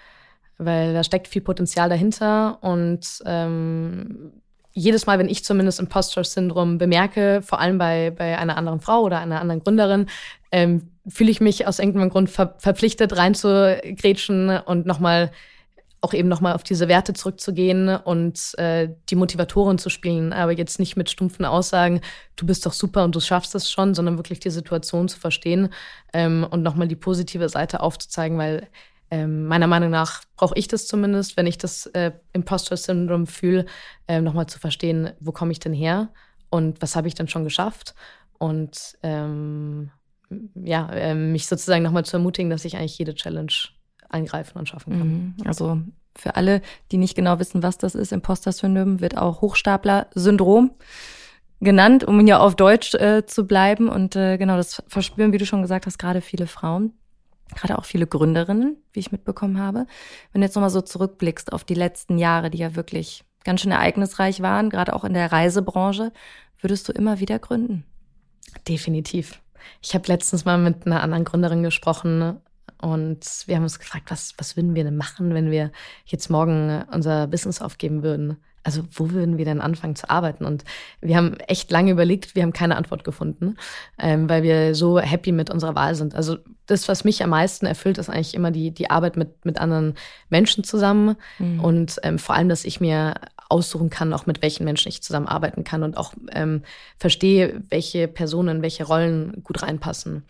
Weil da steckt viel Potenzial dahinter und ähm, jedes Mal, wenn ich zumindest Imposter-Syndrom bemerke, vor allem bei, bei einer anderen Frau oder einer anderen Gründerin, ähm, fühle ich mich aus irgendeinem Grund ver- verpflichtet, reinzugrätschen und nochmal auch eben nochmal auf diese Werte zurückzugehen und äh, die Motivatoren zu spielen, aber jetzt nicht mit stumpfen Aussagen, du bist doch super und du schaffst es schon, sondern wirklich die Situation zu verstehen ähm, und nochmal die positive Seite aufzuzeigen, weil ähm, meiner Meinung nach brauche ich das zumindest, wenn ich das äh, Imposter-Syndrom fühle, äh, nochmal zu verstehen, wo komme ich denn her und was habe ich denn schon geschafft und ähm, ja, äh, mich sozusagen nochmal zu ermutigen, dass ich eigentlich jede Challenge eingreifen und schaffen kann. Also für alle, die nicht genau wissen, was das ist, Imposter-Syndrom wird auch Hochstapler-Syndrom genannt, um ja auf Deutsch äh, zu bleiben. Und äh, genau, das verspüren, wie du schon gesagt hast, gerade viele Frauen, gerade auch viele Gründerinnen, wie ich mitbekommen habe. Wenn du jetzt nochmal so zurückblickst auf die letzten Jahre, die ja wirklich ganz schön ereignisreich waren, gerade auch in der Reisebranche, würdest du immer wieder gründen? Definitiv. Ich habe letztens mal mit einer anderen Gründerin gesprochen, und wir haben uns gefragt, was, was würden wir denn machen, wenn wir jetzt morgen unser Business aufgeben würden? Also wo würden wir denn anfangen zu arbeiten? Und wir haben echt lange überlegt, wir haben keine Antwort gefunden, ähm, weil wir so happy mit unserer Wahl sind. Also das, was mich am meisten erfüllt, ist eigentlich immer die, die Arbeit mit, mit anderen Menschen zusammen. Mhm. Und ähm, vor allem, dass ich mir aussuchen kann, auch mit welchen Menschen ich zusammenarbeiten kann und auch ähm, verstehe, welche Personen, welche Rollen gut reinpassen.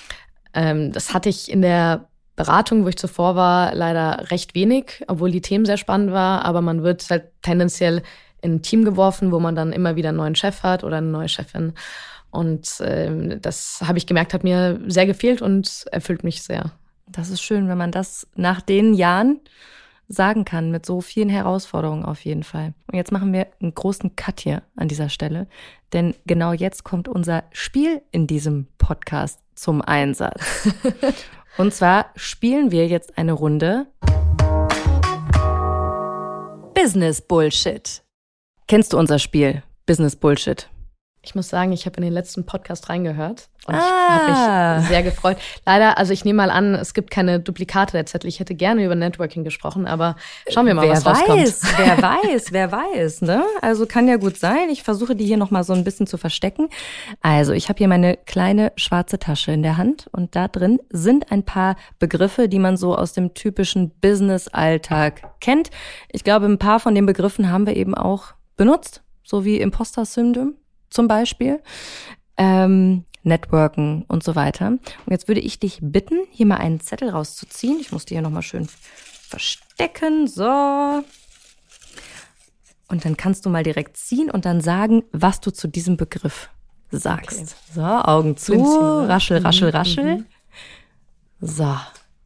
Ähm, das hatte ich in der Beratung, wo ich zuvor war, leider recht wenig, obwohl die Themen sehr spannend war. Aber man wird halt tendenziell in ein Team geworfen, wo man dann immer wieder einen neuen Chef hat oder eine neue Chefin. Und ähm, das habe ich gemerkt, hat mir sehr gefehlt und erfüllt mich sehr. Das ist schön, wenn man das nach den Jahren sagen kann, mit so vielen Herausforderungen auf jeden Fall. Und jetzt machen wir einen großen Cut hier an dieser Stelle, denn genau jetzt kommt unser Spiel in diesem Podcast zum Einsatz. Und zwar spielen wir jetzt eine Runde Business Bullshit. Kennst du unser Spiel Business Bullshit? Ich muss sagen, ich habe in den letzten Podcast reingehört und ah. ich habe mich sehr gefreut. Leider, also ich nehme mal an, es gibt keine Duplikate der Zettel. Ich hätte gerne über Networking gesprochen, aber schauen wir mal, wer was weiß, rauskommt. Wer weiß, wer weiß, ne? Also kann ja gut sein. Ich versuche die hier nochmal so ein bisschen zu verstecken. Also ich habe hier meine kleine schwarze Tasche in der Hand und da drin sind ein paar Begriffe, die man so aus dem typischen Business-Alltag kennt. Ich glaube, ein paar von den Begriffen haben wir eben auch benutzt, so wie Imposter-Syndrom zum Beispiel, ähm, Networken und so weiter. Und jetzt würde ich dich bitten, hier mal einen Zettel rauszuziehen. Ich muss die hier nochmal schön verstecken. So. Und dann kannst du mal direkt ziehen und dann sagen, was du zu diesem Begriff sagst. Okay. So, Augen zu, raschel, raschel, raschel. Mhm. So.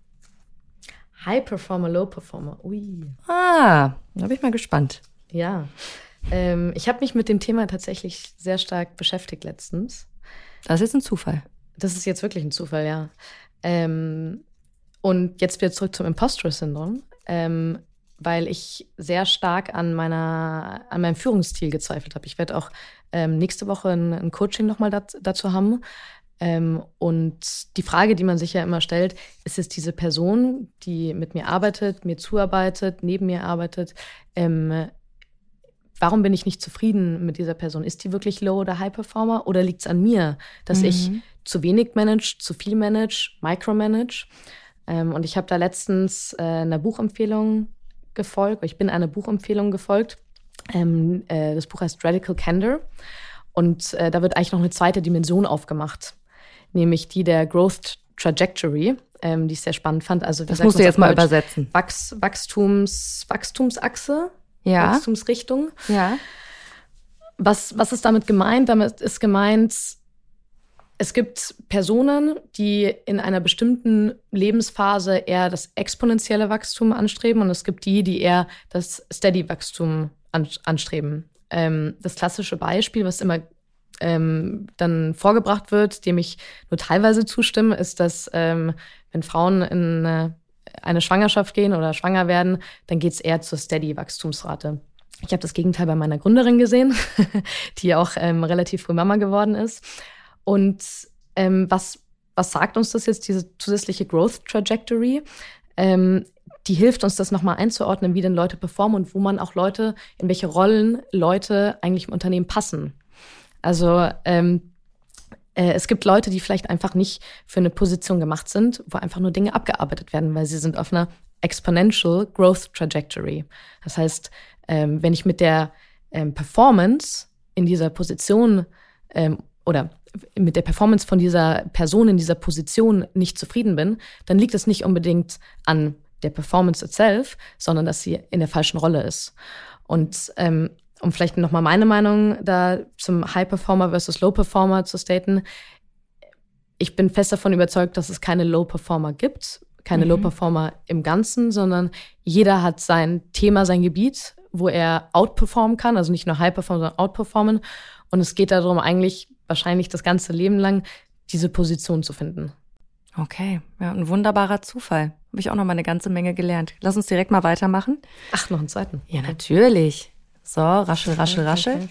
High Performer, Low Performer. Ui. Ah, da bin ich mal gespannt. Ja. Ähm, ich habe mich mit dem Thema tatsächlich sehr stark beschäftigt letztens. Das ist jetzt ein Zufall. Das ist jetzt wirklich ein Zufall, ja. Ähm, und jetzt wieder zurück zum Imposter-Syndrom, ähm, weil ich sehr stark an meiner, an meinem Führungsstil gezweifelt habe. Ich werde auch ähm, nächste Woche ein, ein Coaching nochmal dat, dazu haben. Ähm, und die Frage, die man sich ja immer stellt, ist es diese Person, die mit mir arbeitet, mir zuarbeitet, neben mir arbeitet, ähm, warum bin ich nicht zufrieden mit dieser Person? Ist die wirklich Low- oder High-Performer? Oder liegt es an mir, dass mhm. ich zu wenig manage, zu viel manage, micromanage? Ähm, und ich habe da letztens äh, einer Buchempfehlung gefolgt. Ich bin einer Buchempfehlung gefolgt. Ähm, äh, das Buch heißt Radical Candor. Und äh, da wird eigentlich noch eine zweite Dimension aufgemacht, nämlich die der Growth Trajectory, ähm, die ich sehr spannend fand. Also, das musst du jetzt mal übersetzen. Wachs- Wachstums- Wachstumsachse. Ja. Wachstumsrichtung. Ja. Was, was ist damit gemeint? Damit ist gemeint, es gibt Personen, die in einer bestimmten Lebensphase eher das exponentielle Wachstum anstreben und es gibt die, die eher das Steady-Wachstum anstreben. Ähm, das klassische Beispiel, was immer ähm, dann vorgebracht wird, dem ich nur teilweise zustimme, ist, dass ähm, wenn Frauen in eine eine Schwangerschaft gehen oder schwanger werden, dann geht es eher zur Steady-Wachstumsrate. Ich habe das Gegenteil bei meiner Gründerin gesehen, die auch ähm, relativ früh Mama geworden ist. Und ähm, was, was sagt uns das jetzt, diese zusätzliche Growth Trajectory? Ähm, die hilft uns, das nochmal einzuordnen, wie denn Leute performen und wo man auch Leute, in welche Rollen Leute eigentlich im Unternehmen passen. Also ähm, Es gibt Leute, die vielleicht einfach nicht für eine Position gemacht sind, wo einfach nur Dinge abgearbeitet werden, weil sie sind auf einer Exponential Growth Trajectory. Das heißt, ähm, wenn ich mit der ähm, Performance in dieser Position ähm, oder mit der Performance von dieser Person in dieser Position nicht zufrieden bin, dann liegt es nicht unbedingt an der Performance itself, sondern dass sie in der falschen Rolle ist. Und ähm, um vielleicht nochmal meine Meinung da zum High-Performer versus Low-Performer zu staten. Ich bin fest davon überzeugt, dass es keine Low-Performer gibt, keine mhm. Low-Performer im Ganzen, sondern jeder hat sein Thema, sein Gebiet, wo er outperformen kann, also nicht nur High-Performen, sondern outperformen. Und es geht darum, eigentlich wahrscheinlich das ganze Leben lang diese Position zu finden. Okay, ja, ein wunderbarer Zufall. Habe ich auch noch mal eine ganze Menge gelernt. Lass uns direkt mal weitermachen. Ach, noch einen zweiten. Ja, natürlich. So, raschel, raschel, raschel. Okay.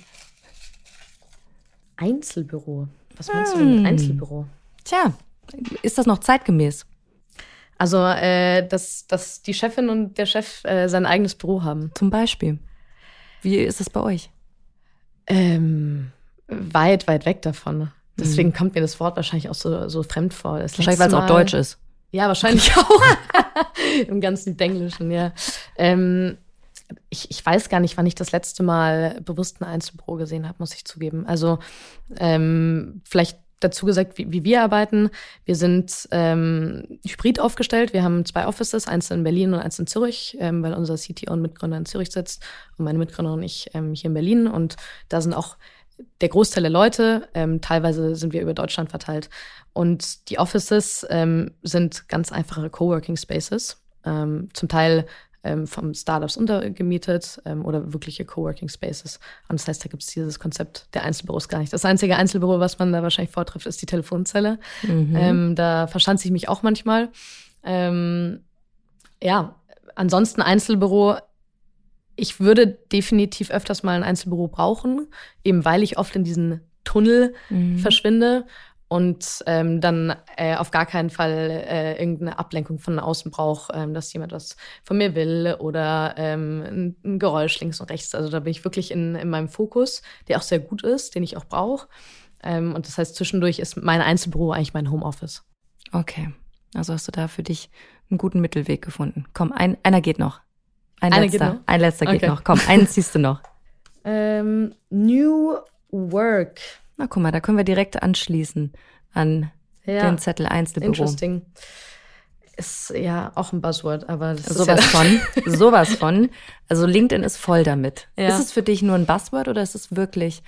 Einzelbüro. Was meinst hm. du denn mit Einzelbüro? Tja, ist das noch zeitgemäß? Also, äh, dass, dass die Chefin und der Chef äh, sein eigenes Büro haben. Zum Beispiel. Wie ist es bei euch? Ähm, weit, weit weg davon. Deswegen mhm. kommt mir das Wort wahrscheinlich auch so, so fremd vor. Das wahrscheinlich, weil es auch Deutsch ist. Ja, wahrscheinlich auch. Im ganzen Englischen, ja. Ähm, Ich, ich weiß gar nicht, wann ich das letzte Mal bewusst ein Einzelbüro gesehen habe, muss ich zugeben. Also ähm, vielleicht dazu gesagt, wie, wie wir arbeiten. Wir sind ähm, hybrid aufgestellt. Wir haben zwei Offices, eins in Berlin und eins in Zürich, ähm, weil unser C T O und Mitgründer in Zürich sitzt und meine Mitgründerin und ich ähm, hier in Berlin. Und da sind auch der Großteil der Leute, ähm, teilweise sind wir über Deutschland verteilt. Und die Offices ähm, sind ganz einfache Coworking Spaces. Ähm, zum Teil ähm, von Startups untergemietet ähm, oder wirkliche Coworking Spaces. Und das heißt, da gibt es dieses Konzept der Einzelbüros gar nicht. Das einzige Einzelbüro, was man da wahrscheinlich vortrifft, ist die Telefonzelle. Mhm. Ähm, da verschanze ich mich auch manchmal. Ähm, ja, ansonsten Einzelbüro. Ich würde definitiv öfters mal ein Einzelbüro brauchen, eben weil ich oft in diesen Tunnel mhm. verschwinde und ähm, dann äh, auf gar keinen Fall äh, irgendeine Ablenkung von außen brauche, ähm, dass jemand was von mir will oder ähm, ein, ein Geräusch links und rechts. Also da bin ich wirklich in, in meinem Fokus, der auch sehr gut ist, den ich auch brauche. Ähm, und das heißt, zwischendurch ist mein Einzelbüro eigentlich mein Homeoffice. Okay, also hast du da für dich einen guten Mittelweg gefunden. Komm, ein, einer geht noch. Ein Eine letzter, geht noch? Ein letzter geht Okay. noch. Komm, einen ziehst du noch. Ähm, New Work. Na, guck mal, da können wir direkt anschließen an ja, den Zettel Einzelbüro. Interesting. Ist ja auch ein Buzzword, aber das sowas ist ja von, sowas von. Also LinkedIn ist voll damit. Ja. Ist es für dich nur ein Buzzword oder ist es wirklich?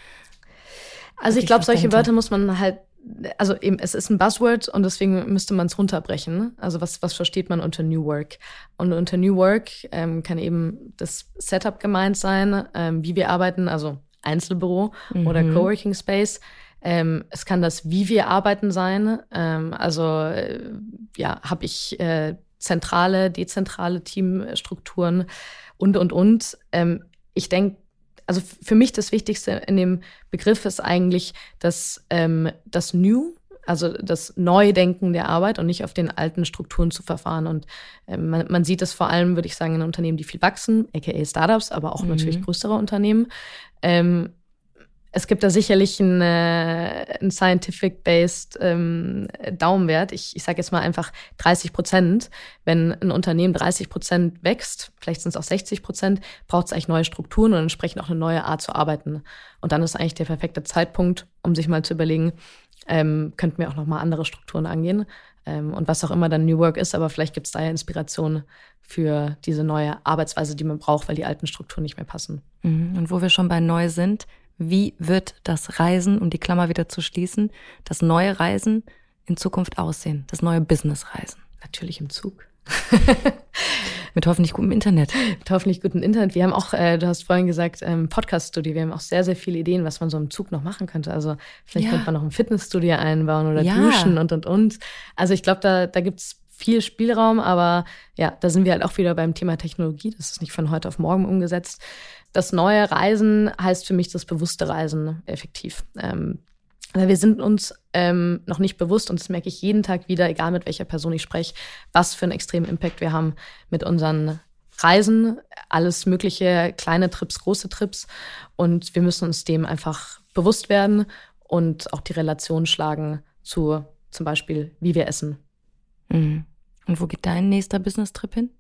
Also wirklich ich glaube, solche dahinter? Wörter muss man halt, also eben, es ist ein Buzzword und deswegen müsste man es runterbrechen. Also was, was versteht man unter New Work? Und unter New Work ähm, kann eben das Setup gemeint sein, ähm, wie wir arbeiten, also Einzelbüro mhm. oder Coworking Space. Ähm, es kann das, wie wir arbeiten sein. Ähm, also äh, ja, habe ich äh, zentrale, dezentrale Teamstrukturen und, und, und. Ähm, ich denke, also für mich das Wichtigste in dem Begriff ist eigentlich, dass ähm, das New, also das Neudenken der Arbeit und nicht auf den alten Strukturen zu verfahren. Und ähm, man, man sieht das vor allem, würde ich sagen, in Unternehmen, die viel wachsen, aka Startups, aber auch mhm. natürlich größere Unternehmen. Ähm, es gibt da sicherlich einen, äh, einen scientific-based ähm, Daumenwert. Ich, ich sage jetzt mal einfach dreißig Prozent. Wenn ein Unternehmen dreißig Prozent wächst, vielleicht sind es auch sechzig Prozent, braucht es eigentlich neue Strukturen und entsprechend auch eine neue Art zu arbeiten. Und dann ist eigentlich der perfekte Zeitpunkt, um sich mal zu überlegen, ähm, könnten wir auch noch mal andere Strukturen angehen. Ähm, und was auch immer dann New Work ist, aber vielleicht gibt es da ja Inspiration für diese neue Arbeitsweise, die man braucht, weil die alten Strukturen nicht mehr passen. Und wo wir schon bei neu sind, wie wird das Reisen, um die Klammer wieder zu schließen, das neue Reisen in Zukunft aussehen? Das neue Business-Reisen? Natürlich im Zug. Mit hoffentlich gutem Internet. Mit hoffentlich gutem Internet. Wir haben auch, äh, du hast vorhin gesagt, ähm, Podcast-Studio. Wir haben auch sehr, sehr viele Ideen, was man so im Zug noch machen könnte. Also vielleicht ja. könnte man noch ein Fitnessstudio einbauen oder ja. duschen und, und, und. Also ich glaube, da, da gibt's viel Spielraum, aber ja, da sind wir halt auch wieder beim Thema Technologie. Das ist nicht von heute auf morgen umgesetzt. Das neue Reisen heißt für mich das bewusste Reisen effektiv. Ähm, wir sind uns ähm, noch nicht bewusst, und das merke ich jeden Tag wieder, egal mit welcher Person ich spreche, was für einen extremen Impact wir haben mit unseren Reisen, alles mögliche, kleine Trips, große Trips. Und wir müssen uns dem einfach bewusst werden und auch die Relation schlagen zu zum Beispiel, wie wir essen. Mhm. Und wo geht dein nächster Business-Trip hin?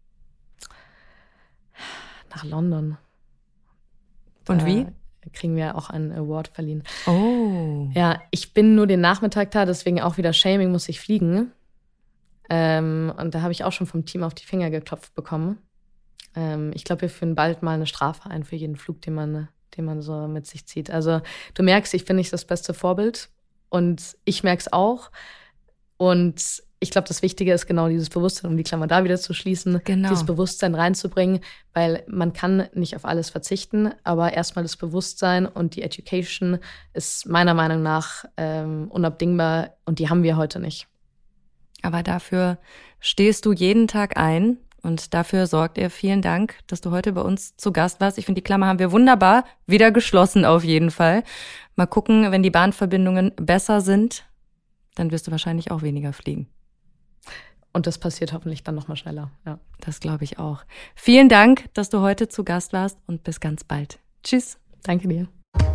Nach London. Und wie? Kriegen wir auch einen Award verliehen. Oh. Ja, ich bin nur den Nachmittag da, deswegen auch wieder Shaming, muss ich fliegen. Ähm, und da habe ich auch schon vom Team auf die Finger geklopft bekommen. Ähm, ich glaube, wir führen bald mal eine Strafe ein für jeden Flug, den man, den man so mit sich zieht. Also du merkst, ich bin nicht das beste Vorbild und ich merke es auch. Und ich glaube, das Wichtige ist genau dieses Bewusstsein, um die Klammer da wieder zu schließen, genau. dieses Bewusstsein reinzubringen, weil man kann nicht auf alles verzichten, aber erstmal das Bewusstsein und die Education ist meiner Meinung nach ähm, unabdingbar und die haben wir heute nicht. Aber dafür stehst du jeden Tag ein und dafür sorgt ihr. Vielen Dank, dass du heute bei uns zu Gast warst. Ich finde, die Klammer haben wir wunderbar wieder geschlossen auf jeden Fall. Mal gucken, wenn die Bahnverbindungen besser sind, dann wirst du wahrscheinlich auch weniger fliegen. Und das passiert hoffentlich dann nochmal schneller. Ja. Das glaube ich auch. Vielen Dank, dass du heute zu Gast warst und bis ganz bald. Tschüss. Danke dir.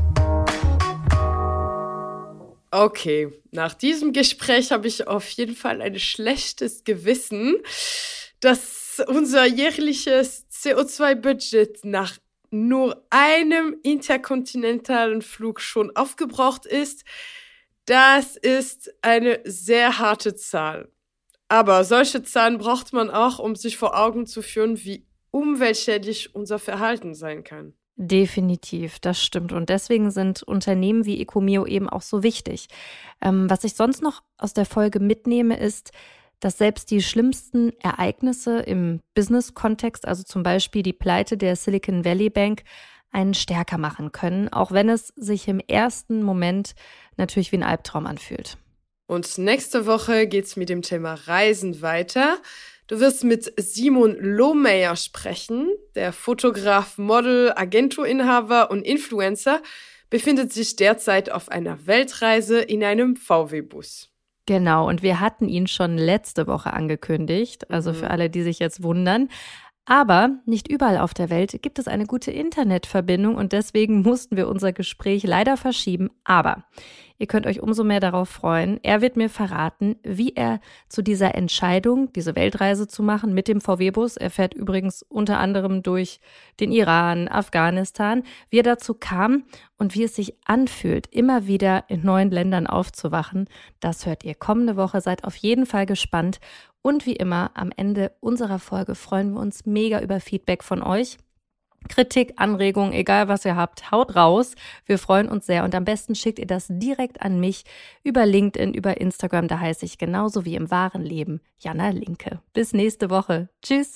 Okay, nach diesem Gespräch habe ich auf jeden Fall ein schlechtes Gewissen, dass unser jährliches C O zwei Budget nach nur einem interkontinentalen Flug schon aufgebraucht ist. Das ist eine sehr harte Zahl. Aber solche Zahlen braucht man auch, um sich vor Augen zu führen, wie umweltschädlich unser Verhalten sein kann. Definitiv, das stimmt. Und deswegen sind Unternehmen wie Ecomio eben auch so wichtig. Ähm, was ich sonst noch aus der Folge mitnehme, ist, dass selbst die schlimmsten Ereignisse im Business-Kontext, also zum Beispiel die Pleite der Silicon Valley Bank, einen stärker machen können, auch wenn es sich im ersten Moment natürlich wie ein Albtraum anfühlt. Und nächste Woche geht's mit dem Thema Reisen weiter. Du wirst mit Simon Lohmeyer sprechen. Der Fotograf, Model, Agenturinhaber und Influencer befindet sich derzeit auf einer Weltreise in einem V W-Bus. Genau, und wir hatten ihn schon letzte Woche angekündigt, also für alle, die sich jetzt wundern. Aber nicht überall auf der Welt gibt es eine gute Internetverbindung und deswegen mussten wir unser Gespräch leider verschieben. Aber ihr könnt euch umso mehr darauf freuen. Er wird mir verraten, wie er zu dieser Entscheidung, diese Weltreise zu machen mit dem V W-Bus, er fährt übrigens unter anderem durch den Iran, Afghanistan, wie er dazu kam und wie es sich anfühlt, immer wieder in neuen Ländern aufzuwachen. Das hört ihr kommende Woche. Seid auf jeden Fall gespannt. Und wie immer, am Ende unserer Folge freuen wir uns mega über Feedback von euch. Kritik, Anregungen, egal was ihr habt, haut raus. Wir freuen uns sehr und am besten schickt ihr das direkt an mich über LinkedIn, über Instagram. Da heiße ich genauso wie im wahren Leben Jana Linke. Bis nächste Woche. Tschüss.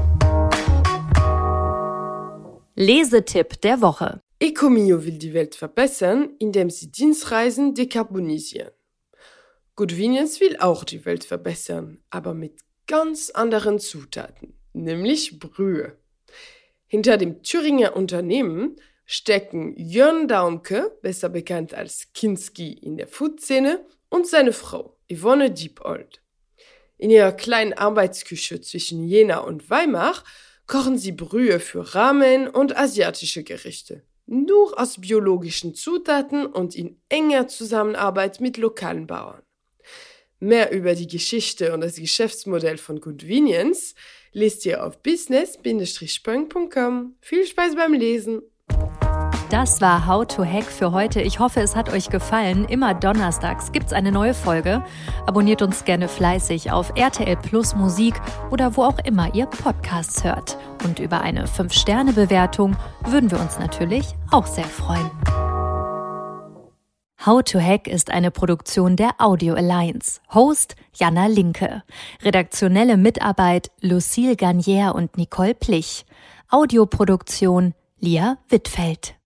Lesetipp der Woche. Ecomio will die Welt verbessern, indem sie Dienstreisen dekarbonisieren. Goodvenience will auch die Welt verbessern, aber mit ganz anderen Zutaten, nämlich Brühe. Hinter dem Thüringer Unternehmen stecken Jörn Daumke, besser bekannt als Kinski in der Food-Szene, und seine Frau, Yvonne Diepold. In ihrer kleinen Arbeitsküche zwischen Jena und Weimar kochen sie Brühe für Ramen und asiatische Gerichte. Nur aus biologischen Zutaten und in enger Zusammenarbeit mit lokalen Bauern. Mehr über die Geschichte und das Geschäftsmodell von Goodvenience lest ihr auf business Bindestrich punk Punkt com. Viel Spaß beim Lesen! Das war How to Hack für heute. Ich hoffe, es hat euch gefallen. Immer donnerstags gibt's eine neue Folge. Abonniert uns gerne fleißig auf R T L Plus Musik oder wo auch immer ihr Podcasts hört. Und über eine fünf Sterne Bewertung würden wir uns natürlich auch sehr freuen. How to Hack ist eine Produktion der Audio Alliance. Host Jana Linke. Redaktionelle Mitarbeit Lucille Garnier und Nicole Plich. Audioproduktion Lia Wittfeld.